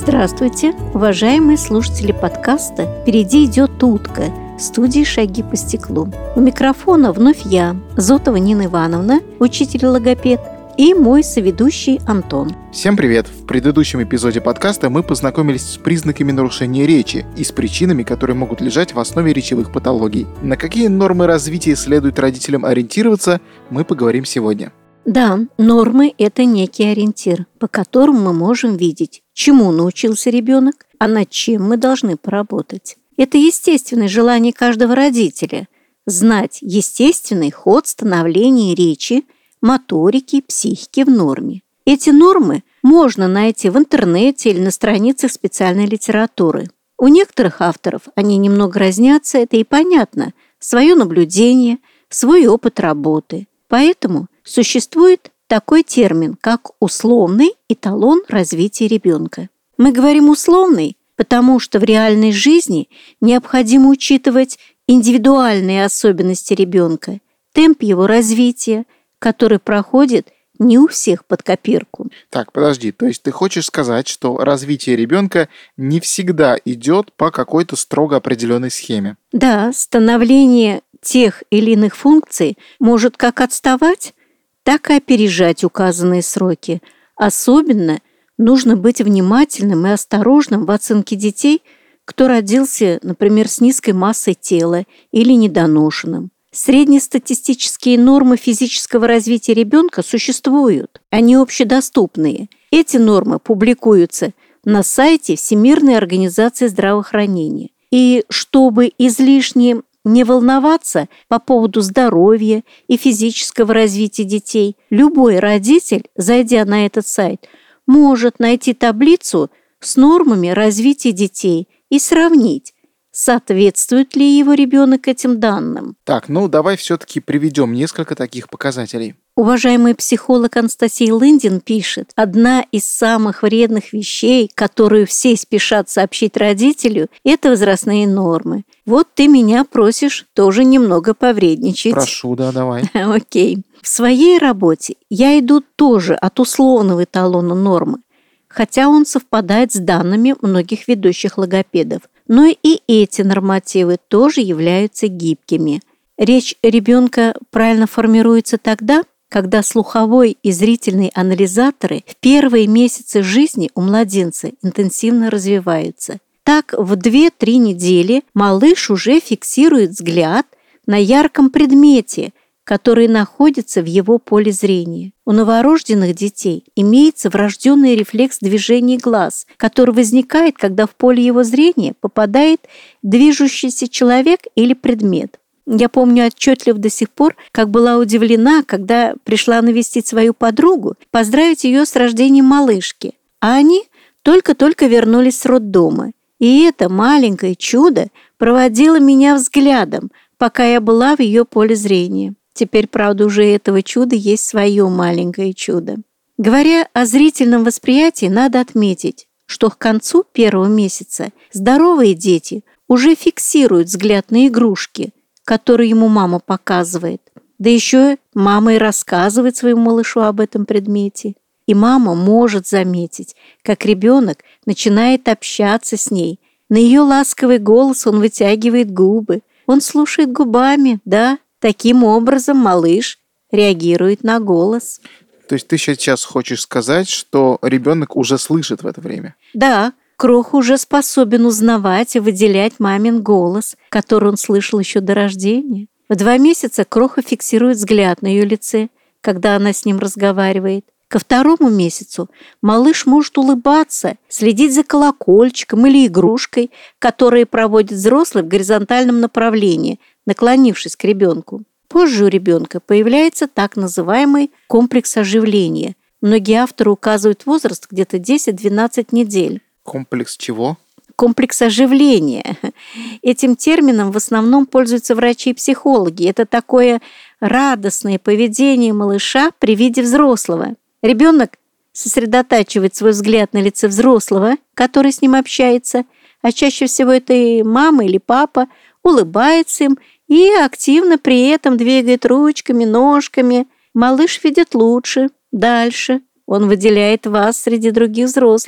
Здравствуйте, уважаемые слушатели подкаста «Впереди идет утка» студии «Шаги по стеклу». У микрофона вновь я, Зотова Нина Ивановна, учитель-логопед, и мой соведущий Антон. Всем привет! В предыдущем эпизоде подкаста мы познакомились с признаками нарушения речи и с причинами, которые могут лежать в основе речевых патологий. На какие нормы развития следует родителям ориентироваться, мы поговорим сегодня. Да, нормы – это некий ориентир, по которому мы можем видеть, чему научился ребенок, а над чем мы должны поработать. Это естественное желание каждого родителя – знать естественный ход становления речи, моторики, психики в норме. Эти нормы можно найти в интернете или на страницах специальной литературы. У некоторых авторов они немного разнятся, это и понятно, свое наблюдение, свой опыт работы. Поэтому существует такой термин, как условный эталон развития ребенка. Мы говорим «условный», потому что в реальной жизни необходимо учитывать индивидуальные особенности ребенка, темп его развития, который проходит не у всех под копирку. Так, подожди, то есть ты хочешь сказать, что развитие ребенка не всегда идет по какой-то строго определенной схеме? Да, становление тех или иных функций может как отставать, так и опережать указанные сроки. Особенно нужно быть внимательным и осторожным в оценке детей, кто родился, например, с низкой массой тела или недоношенным. Среднестатистические нормы физического развития ребенка существуют, они общедоступные. Эти нормы публикуются на сайте Всемирной организации здравоохранения. И чтобы излишне не волноваться по поводу здоровья и физического развития детей, любой родитель, зайдя на этот сайт, может найти таблицу с нормами развития детей и сравнить, соответствует ли его ребенок этим данным. Так, давай все-таки приведем несколько таких показателей. Уважаемый психолог Анастасия Лындин пишет, одна из самых вредных вещей, которую все спешат сообщить родителю, это возрастные нормы. Вот ты меня просишь тоже немного повредничать. Прошу, да, давай. Окей. В своей работе я иду тоже от условного эталона нормы, хотя он совпадает с данными многих ведущих логопедов. Но и эти нормативы тоже являются гибкими. Речь ребенка правильно формируется тогда, когда слуховой и зрительный анализаторы в первые месяцы жизни у младенца интенсивно развиваются. Так, в 2-3 недели малыш уже фиксирует взгляд на ярком предмете, который находится в его поле зрения. У новорожденных детей имеется врожденный рефлекс движения глаз, который возникает, когда в поле его зрения попадает движущийся человек или предмет. Я помню отчетливо до сих пор, как была удивлена, когда пришла навестить свою подругу, поздравить ее с рождением малышки. А они только-только вернулись с роддома. И это маленькое чудо проводило меня взглядом, пока я была в ее поле зрения. Теперь, правда, уже этого чуда есть свое маленькое чудо. Говоря о зрительном восприятии, надо отметить, что к концу первого месяца здоровые дети уже фиксируют взгляд на игрушки, которые ему мама показывает. Да еще мама и рассказывает своему малышу об этом предмете. И мама может заметить, как ребенок начинает общаться с ней. На ее ласковый голос он вытягивает губы. Он слушает губами, да. Таким образом, малыш реагирует на голос. То есть ты сейчас хочешь сказать, что ребенок уже слышит в это время? Да, Кроха уже способен узнавать и выделять мамин голос, который он слышал еще до рождения. В 2 месяца Кроха фиксирует взгляд на ее лице, когда она с ним разговаривает. Ко 2 месяцу малыш может улыбаться, следить за колокольчиком или игрушкой, которые проводит взрослый в горизонтальном направлении, наклонившись к ребенку. Позже у ребенка появляется так называемый комплекс оживления. Многие авторы указывают возраст где-то 10-12 недель. Комплекс чего? Комплекс оживления. Этим термином в основном пользуются врачи и психологи. Это такое радостное поведение малыша при виде взрослого. Ребенок сосредотачивает свой взгляд на лице взрослого, который с ним общается, а чаще всего это и мама или папа, улыбается им и активно при этом двигает ручками, ножками. Малыш видит лучше, дальше. Он выделяет вас среди других взрослых.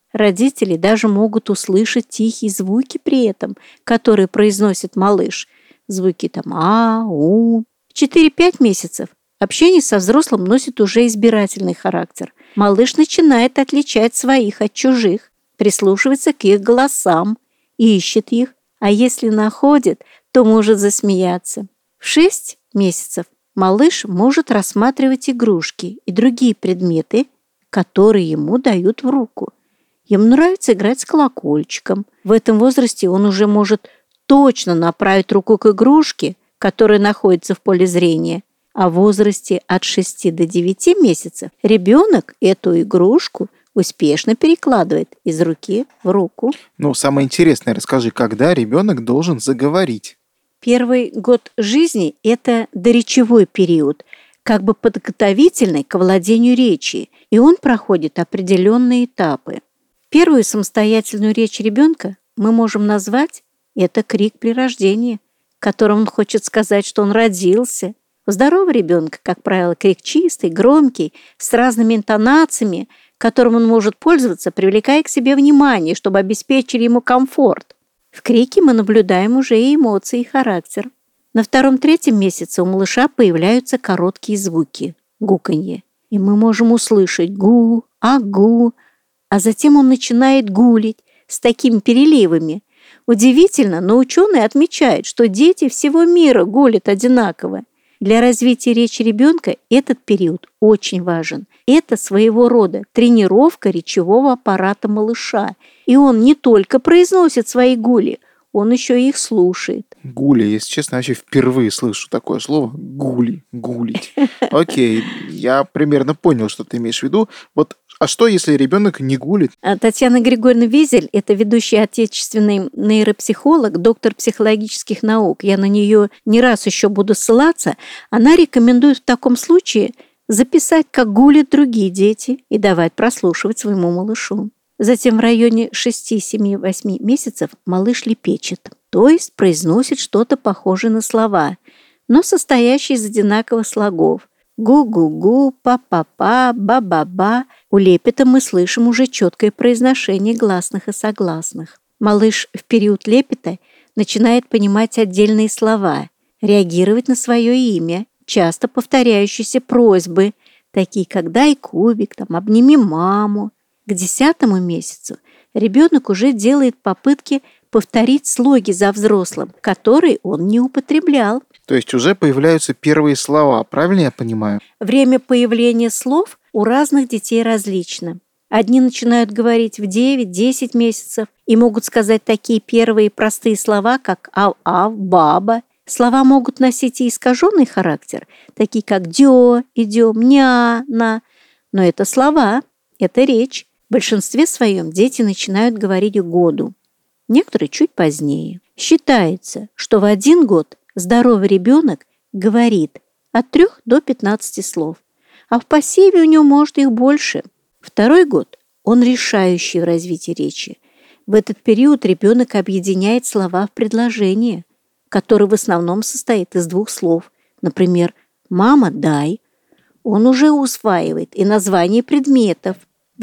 Родители даже могут услышать тихие звуки при этом, которые произносит малыш. Звуки там «а», «у». В 4-5 месяцев общение со взрослым носит уже избирательный характер. Малыш начинает отличать своих от чужих, прислушивается к их голосам, ищет их, а если находит, то может засмеяться. В 6 месяцев малыш может рассматривать игрушки и другие предметы, которые ему дают в руку. Ему нравится играть с колокольчиком. В этом возрасте он уже может точно направить руку к игрушке, которая находится в поле зрения. А в возрасте от 6 до 9 месяцев ребенок эту игрушку успешно перекладывает из руки в руку. Самое интересное, расскажи, когда ребенок должен заговорить? Первый год жизни – это доречевой период, как бы подготовительный к овладению речи, и он проходит определенные этапы. Первую самостоятельную речь ребенка мы можем назвать это крик при рождении, которым он хочет сказать, что он родился. У здорового ребенка, как правило, крик чистый, громкий, с разными интонациями, которым он может пользоваться, привлекая к себе внимание, чтобы обеспечить ему комфорт. В крике мы наблюдаем уже и эмоции, и характер. На 2-3 месяце у малыша появляются короткие звуки, гуканье, и мы можем услышать гу, агу, а затем он начинает гулить с такими переливами. Удивительно, но ученые отмечают, что дети всего мира гулят одинаково. Для развития речи ребенка этот период очень важен. Это своего рода тренировка речевого аппарата малыша. И он не только произносит свои гули, он еще и их слушает. Гули, если честно, вообще впервые слышу такое слово. Гули, гулить. Окей, я примерно понял, что ты имеешь в виду. А что, если ребенок не гулит? Татьяна Григорьевна Визель – это ведущий отечественный нейропсихолог, доктор психологических наук. Я на нее не раз еще буду ссылаться. Она рекомендует в таком случае записать, как гулят другие дети, и давать прослушивать своему малышу. Затем в районе 6, 7, 8 месяцев малыш лепечет, то есть произносит что-то похожее на слова, но состоящее из одинаковых слогов. Гу-гу-гу, па-па-па, ба-ба-ба. У лепета мы слышим уже четкое произношение гласных и согласных. Малыш в период лепета начинает понимать отдельные слова, реагировать на свое имя, часто повторяющиеся просьбы, такие как «дай кубик», «обними маму». К 10 месяцу ребенок уже делает попытки повторить слоги за взрослым, которые он не употреблял. То есть уже появляются первые слова, правильно я понимаю? Время появления слов у разных детей различно. Одни начинают говорить в 9-10 месяцев и могут сказать такие первые простые слова, как «ав-ав», «баба». Слова могут носить и искаженный характер, такие как «дё», «идём», «ня», «на». Но это слова, это речь. В большинстве своем дети начинают говорить к году. Некоторые чуть позднее. Считается, что в 1 год здоровый ребенок говорит от 3 до 15 слов, а в пассиве у него может их больше. 2 год он решающий в развитии речи. В этот период ребенок объединяет слова в предложение, которое в основном состоит из 2 слов. Например, «мама, дай». Он уже усваивает и название предметов. В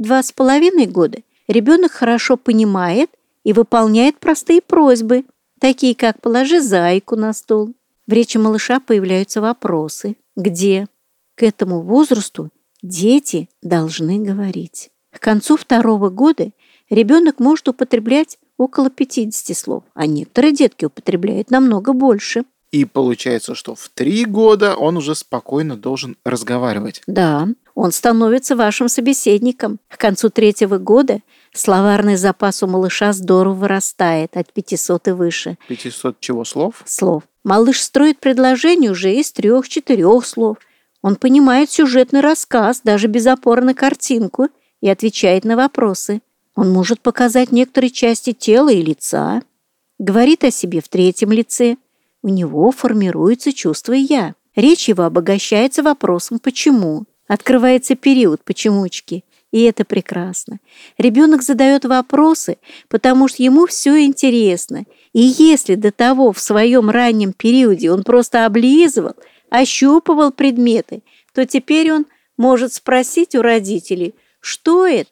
2-2,5 года ребенок хорошо понимает и выполняет простые просьбы, такие как «положи зайку на стол». В речи малыша появляются вопросы «где?». К этому возрасту дети должны говорить. К концу 2 года ребенок может употреблять около 50 слов, а некоторые детки употребляют намного больше. И получается, что в 3 года он уже спокойно должен разговаривать. Да, он становится вашим собеседником. К концу 3 года словарный запас у малыша здорово вырастает, от 500 и выше. 500 чего слов? Слов. Малыш строит предложение уже из 3-4 слов. Он понимает сюжетный рассказ, даже без опоры на картинку, и отвечает на вопросы. Он может показать некоторые части тела и лица. Говорит о себе в 3 лице. У него формируется чувство «я». Речь его обогащается вопросом «почему?». Открывается период «почемучки», и это прекрасно. Ребенок задает вопросы, потому что ему все интересно. И если до того в своем раннем периоде он просто облизывал, ощупывал предметы, то теперь он может спросить у родителей, что это,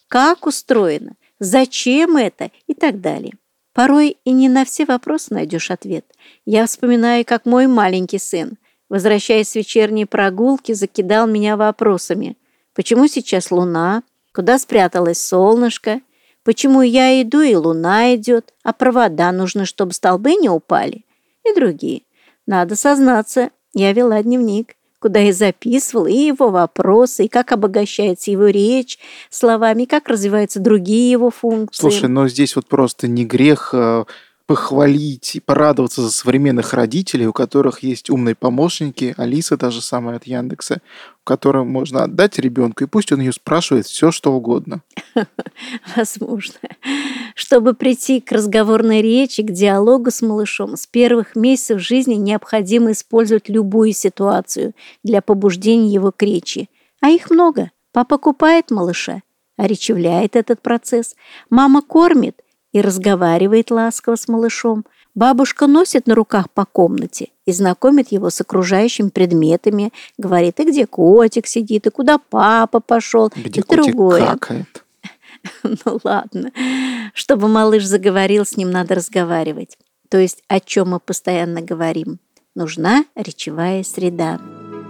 как устроено, зачем это и так далее. Порой и не на все вопросы найдешь ответ. Я вспоминаю, как мой маленький сын, возвращаясь с вечерней прогулки, закидал меня вопросами. Почему сейчас луна? Куда спряталось солнышко? Почему я иду и луна идет? А провода нужны, чтобы столбы не упали? И другие. Надо сознаться, я вела дневник, куда я записывала и его вопросы, и как обогащается его речь словами, и как развиваются другие его функции. Слушай, но здесь вот просто не грех похвалить и порадоваться за современных родителей, у которых есть умные помощники, Алиса та же самая от Яндекса, которым можно отдать ребенку, и пусть он ее спрашивает все, что угодно. Возможно. Чтобы прийти к разговорной речи, к диалогу с малышом, с первых месяцев жизни необходимо использовать любую ситуацию для побуждения его к речи. А их много. Папа купает малыша, оречевляет этот процесс. Мама кормит и разговаривает ласково с малышом. Бабушка носит на руках по комнате и знакомит его с окружающими предметами, говорит, и где котик сидит, и куда папа пошел, Где и котик другое. какает. Ну ладно. Чтобы малыш заговорил, с ним надо разговаривать. То есть о чем мы постоянно говорим. Нужна речевая среда.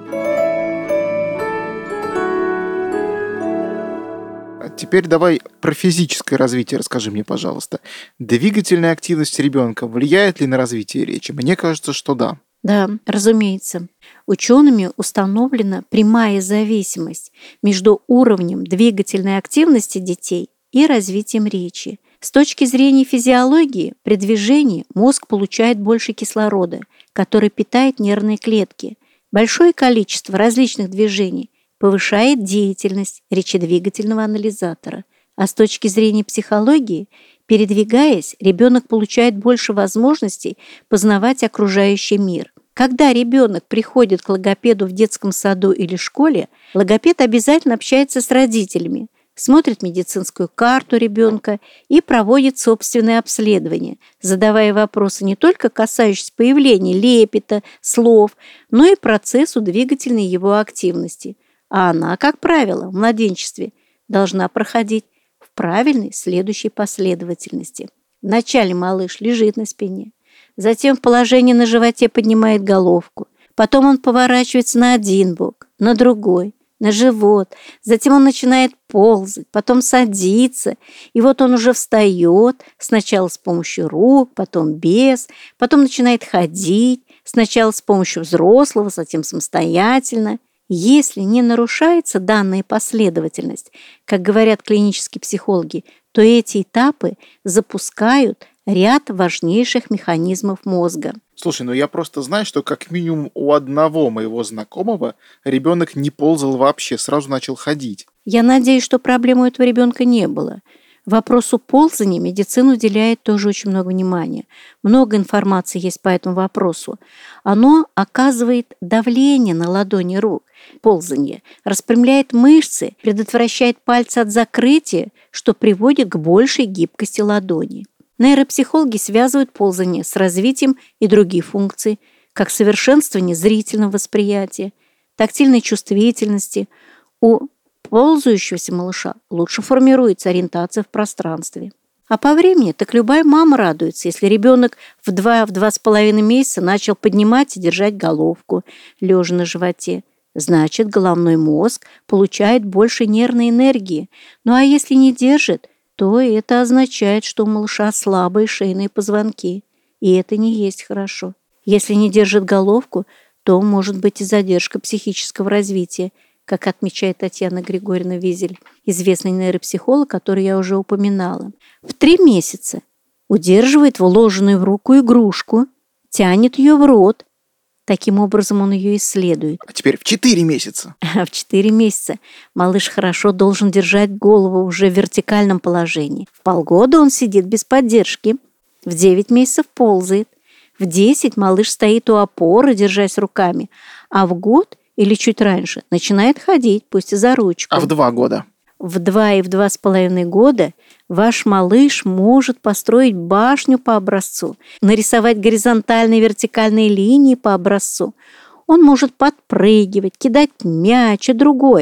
Теперь давай про физическое развитие расскажи мне, пожалуйста. Двигательная активность ребенка влияет ли на развитие речи? Мне кажется, что да. Да, разумеется. Учеными установлена прямая зависимость между уровнем двигательной активности детей и развитием речи. С точки зрения физиологии, при движении мозг получает больше кислорода, который питает нервные клетки. Большое количество различных движений повышает деятельность речедвигательного анализатора. А с точки зрения психологии, передвигаясь, ребенок получает больше возможностей познавать окружающий мир. Когда ребенок приходит к логопеду в детском саду или школе, логопед обязательно общается с родителями, смотрит медицинскую карту ребенка и проводит собственное обследование, задавая вопросы не только касающиеся появления лепета, слов, но и процессу двигательной его активности. А она, как правило, в младенчестве должна проходить в правильной следующей последовательности. Вначале малыш лежит на спине, затем в положении на животе поднимает головку, потом он поворачивается на один бок, на другой, на живот, затем он начинает ползать, потом садится, и вот он уже встает, сначала с помощью рук, потом без, потом начинает ходить, сначала с помощью взрослого, затем самостоятельно. Если не нарушается данная последовательность, как говорят клинические психологи, то эти этапы запускают ряд важнейших механизмов мозга. Слушай, ну я просто знаю, что как минимум у одного моего знакомого ребенок не ползал вообще, сразу начал ходить. Я надеюсь, что проблем у этого ребенка не было. Вопросу ползания медицина уделяет тоже очень много внимания. Много информации есть по этому вопросу. Оно оказывает давление на ладони рук, ползание, распрямляет мышцы, предотвращает пальцы от закрытия, что приводит к большей гибкости ладони. Нейропсихологи связывают ползание с развитием и других функций, как совершенствование зрительного восприятия, тактильной чувствительности. У ползающегося малыша лучше формируется ориентация в пространстве. А по времени так любая мама радуется, если ребенок в 2-2,5 месяца начал поднимать и держать головку, лежа на животе. Значит, головной мозг получает больше нервной энергии. Ну а если не держит, то это означает, что у малыша слабые шейные позвонки. И это не есть хорошо. Если не держит головку, то может быть и задержка психического развития, как отмечает Татьяна Григорьевна Визель, известный нейропсихолог, который я уже упоминала. В 3 месяца удерживает вложенную в руку игрушку, тянет ее в рот. Таким образом он ее исследует. А теперь в 4 месяца. В 4 месяца малыш хорошо должен держать голову уже в вертикальном положении. В полгода он сидит без поддержки. В 9 месяцев ползает. В 10 малыш стоит у опоры, держась руками. А в год или чуть раньше начинает ходить, пусть и за ручку. А в 2 года? В 2 и в 2,5 года ваш малыш может построить башню по образцу, нарисовать горизонтальные и вертикальные линии по образцу. Он может подпрыгивать, кидать мяч и другое.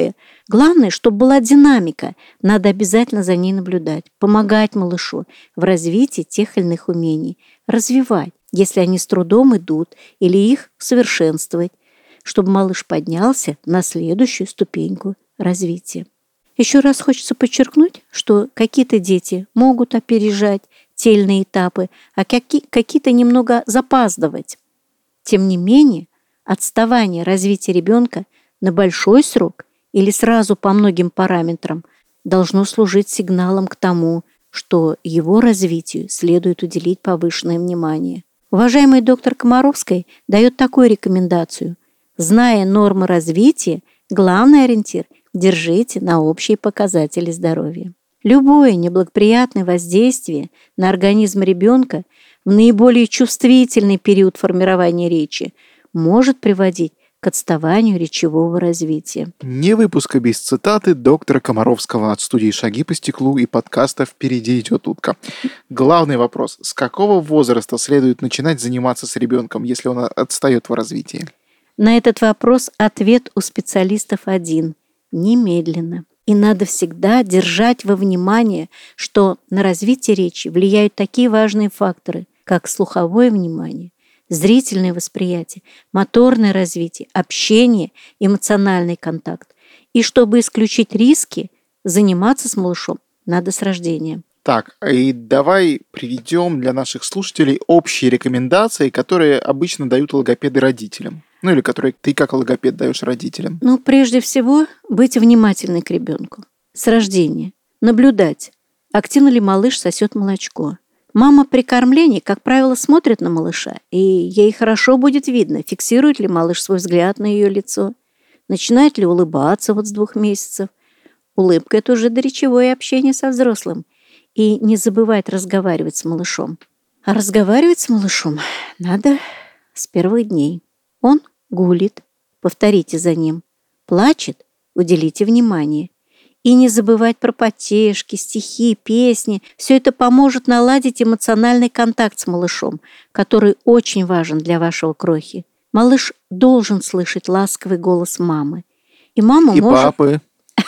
Главное, чтобы была динамика. Надо обязательно за ней наблюдать, помогать малышу в развитии тех или иных умений, развивать, если они с трудом идут, или их совершенствовать, чтобы малыш поднялся на следующую ступеньку развития. Еще раз хочется подчеркнуть, что какие-то дети могут опережать те или иные этапы, а какие-то немного запаздывать. Тем не менее, отставание развития ребенка на большой срок или сразу по многим параметрам должно служить сигналом к тому, что его развитию следует уделить повышенное внимание. Уважаемый доктор Комаровская дает такую рекомендацию. Зная нормы развития, главный ориентир – держите на общие показатели здоровья. Любое неблагоприятное воздействие на организм ребенка в наиболее чувствительный период формирования речи может приводить к отставанию речевого развития. Не выпуска без цитаты доктора Комаровского от студии «Шаги по стеклу» и подкаста «Впереди идет утка». Главный вопрос – с какого возраста следует начинать заниматься с ребенком, если он отстает в развитии? На этот вопрос ответ у специалистов один – немедленно. И надо всегда держать во внимании, что на развитие речи влияют такие важные факторы, как слуховое внимание, зрительное восприятие, моторное развитие, общение, эмоциональный контакт. И чтобы исключить риски, заниматься с малышом надо с рождения. Так, и давай приведем для наших слушателей общие рекомендации, которые обычно дают логопеды родителям. Ну или которые ты как логопед даешь родителям. Прежде всего, быть внимательной к ребенку. С рождения. Наблюдать, активно ли малыш сосет молочко. Мама при кормлении, как правило, смотрит на малыша, и ей хорошо будет видно, фиксирует ли малыш свой взгляд на ее лицо, начинает ли улыбаться с 2 месяцев. Улыбка – это уже доречевое общение со взрослым. И не забывать разговаривать с малышом. А разговаривать с малышом надо с первых дней. Он гулит, повторите за ним. Плачет, уделите внимание. И не забывать про потешки, стихи, песни. Все это поможет наладить эмоциональный контакт с малышом, который очень важен для вашего крохи. Малыш должен слышать ласковый голос мамы. И мама может... папы.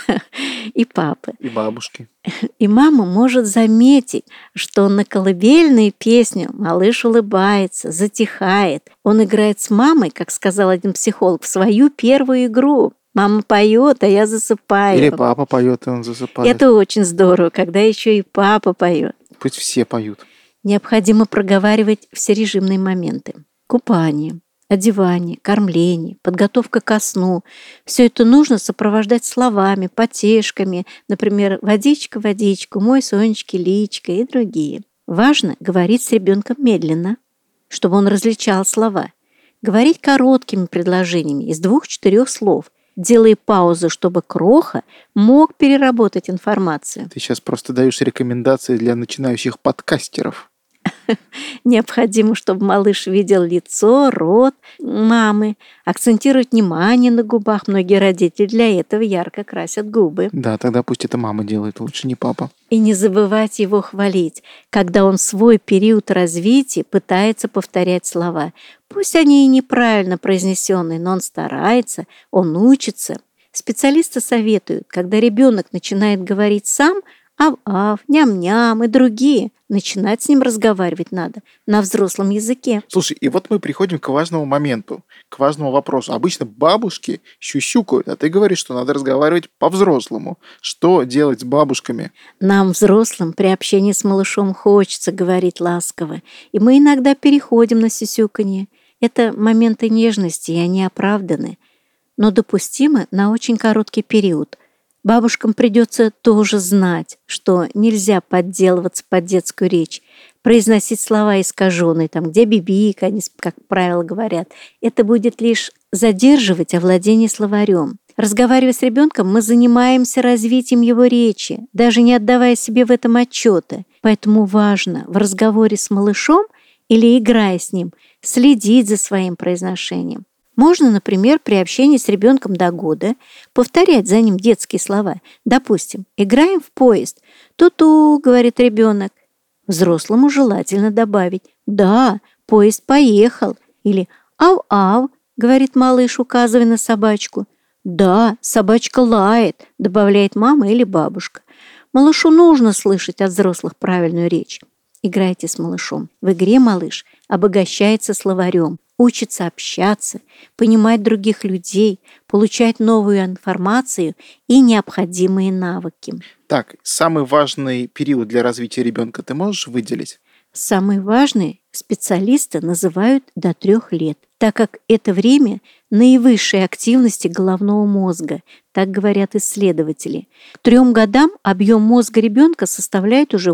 И папы. И бабушки. И мама может заметить, что на колыбельную песню малыш улыбается, затихает. Он играет с мамой, как сказал один психолог, в свою первую игру. Мама поет, а я засыпаю. Или папа поет, и он засыпает. Это очень здорово, когда еще и папа поет. Пусть все поют. Необходимо проговаривать все режимные моменты. Купание, одевание, кормление, подготовка ко сну. Все это нужно сопровождать словами, потешками, например, «водичка, водичку», «мой сонечки, личка» и другие. Важно говорить с ребенком медленно, чтобы он различал слова. Говорить короткими предложениями из 2-4 слов, делая паузу, чтобы кроха мог переработать информацию. Ты сейчас просто даешь рекомендации для начинающих подкастеров. Необходимо, чтобы малыш видел лицо, рот мамы, акцентировать внимание на губах. Многие родители для этого ярко красят губы. Да, тогда пусть это мама делает, лучше не папа. И не забывать его хвалить, когда он в свой период развития пытается повторять слова. Пусть они и неправильно произнесенные, но он старается, он учится. Специалисты советуют, когда ребенок начинает говорить сам, ав-ав, ням-ням и другие, начинать с ним разговаривать надо на взрослом языке. Слушай, и вот мы приходим к важному моменту, к важному вопросу. Обычно бабушки щущукают, а ты говоришь, что надо разговаривать по-взрослому. Что делать с бабушками? Нам, взрослым, при общении с малышом хочется говорить ласково, и мы иногда переходим на сюсюканье. Это моменты нежности, и они оправданы, но допустимы на очень короткий период. Бабушкам придется тоже знать, что нельзя подделываться под детскую речь, произносить слова искаженные, там, где бибик, они, как правило, говорят. Это будет лишь задерживать овладение словарем. Разговаривая с ребенком, мы занимаемся развитием его речи, даже не отдавая себе в этом отчета. Поэтому важно в разговоре с малышом или играя с ним следить за своим произношением. Можно, например, при общении с ребенком до года повторять за ним детские слова. Допустим, играем в поезд. «Ту-ту», — говорит ребенок. Взрослому желательно добавить «Да, поезд поехал». Или «Ау-ау», — говорит малыш, указывая на собачку. «Да, собачка лает», — добавляет мама или бабушка. Малышу нужно слышать от взрослых правильную речь. Играйте с малышом. В игре малыш обогащается словарем, учится общаться, понимать других людей, получать новую информацию и необходимые навыки. Так, самый важный период для развития ребенка ты можешь выделить? Самые важные специалисты называют до 3 лет, так как это время наивысшей активности головного мозга, так говорят исследователи. К 3 годам объем мозга ребенка составляет уже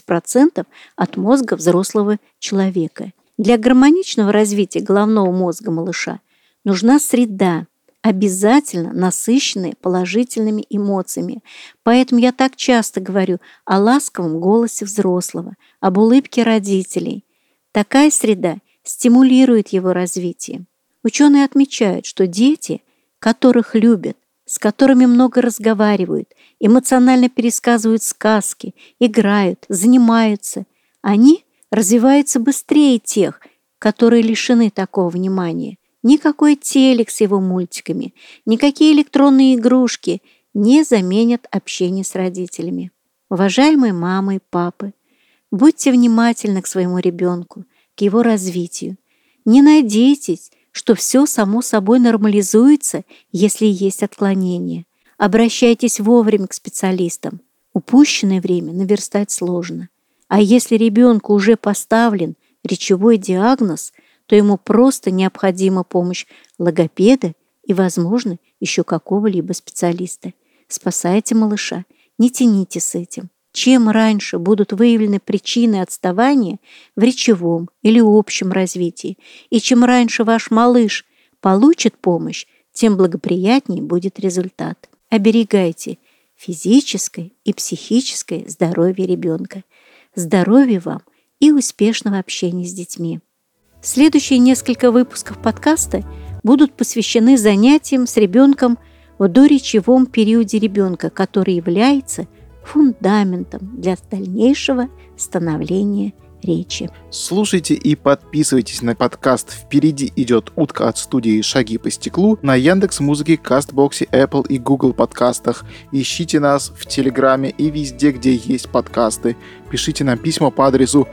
80% от мозга взрослого человека. Для гармоничного развития головного мозга малыша нужна среда, обязательно насыщенная положительными эмоциями. Поэтому я так часто говорю о ласковом голосе взрослого, об улыбке родителей. Такая среда стимулирует его развитие. Ученые отмечают, что дети, которых любят, с которыми много разговаривают, эмоционально пересказывают сказки, играют, занимаются, они развиваются быстрее тех, которые лишены такого внимания. Никакой телек с его мультиками, никакие электронные игрушки не заменят общение с родителями. Уважаемые мамы и папы, будьте внимательны к своему ребенку, к его развитию. Не надейтесь, что все само собой нормализуется, если есть отклонения. Обращайтесь вовремя к специалистам. Упущенное время наверстать сложно. А если ребенку уже поставлен речевой диагноз, то ему просто необходима помощь логопеда и, возможно, еще какого-либо специалиста. Спасайте малыша, не тяните с этим. Чем раньше будут выявлены причины отставания в речевом или общем развитии, и чем раньше ваш малыш получит помощь, тем благоприятнее будет результат. Оберегайте физическое и психическое здоровье ребенка. Здоровья вам и успешного общения с детьми. Следующие несколько выпусков подкаста будут посвящены занятиям с ребенком в доречевом периоде ребенка, который является фундаментом для дальнейшего становления речи. Слушайте и подписывайтесь на подкаст «Впереди идет утка» от студии «Шаги по стеклу» на Яндекс.Музыке, Кастбоксе, Apple и Google подкастах. Ищите нас в Телеграме и везде, где есть подкасты. Пишите нам письма по адресу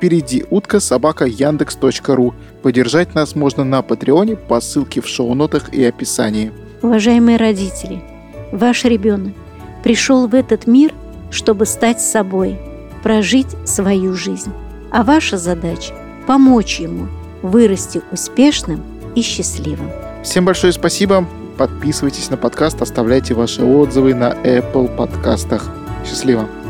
впередиутка@yandex.ru. Поддержать нас можно на Патреоне по ссылке в шоу-нотах и описании. Уважаемые родители, ваш ребенок пришел в этот мир, чтобы стать собой, прожить свою жизнь. А ваша задача – помочь ему вырасти успешным и счастливым. Всем большое спасибо. Подписывайтесь на подкаст, оставляйте ваши отзывы на Apple подкастах. Счастливо!